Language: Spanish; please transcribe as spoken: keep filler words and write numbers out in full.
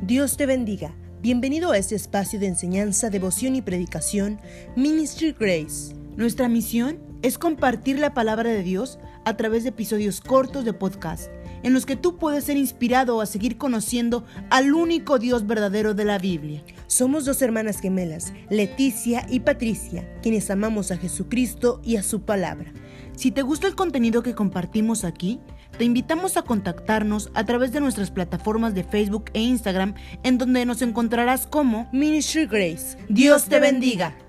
Dios te bendiga. Bienvenido a este espacio de enseñanza, devoción y predicación, Ministry Grace. Nuestra misión es compartir la palabra de Dios a través de episodios cortos de podcast, en los que tú puedes ser inspirado a seguir conociendo al único Dios verdadero de la Biblia. Somos dos hermanas gemelas, Leticia y Patricia, quienes amamos a Jesucristo y a su palabra. Si te gusta el contenido que compartimos aquí, te invitamos a contactarnos a través de nuestras plataformas de Facebook e Instagram, en donde nos encontrarás como Ministry Grace. Dios te bendiga.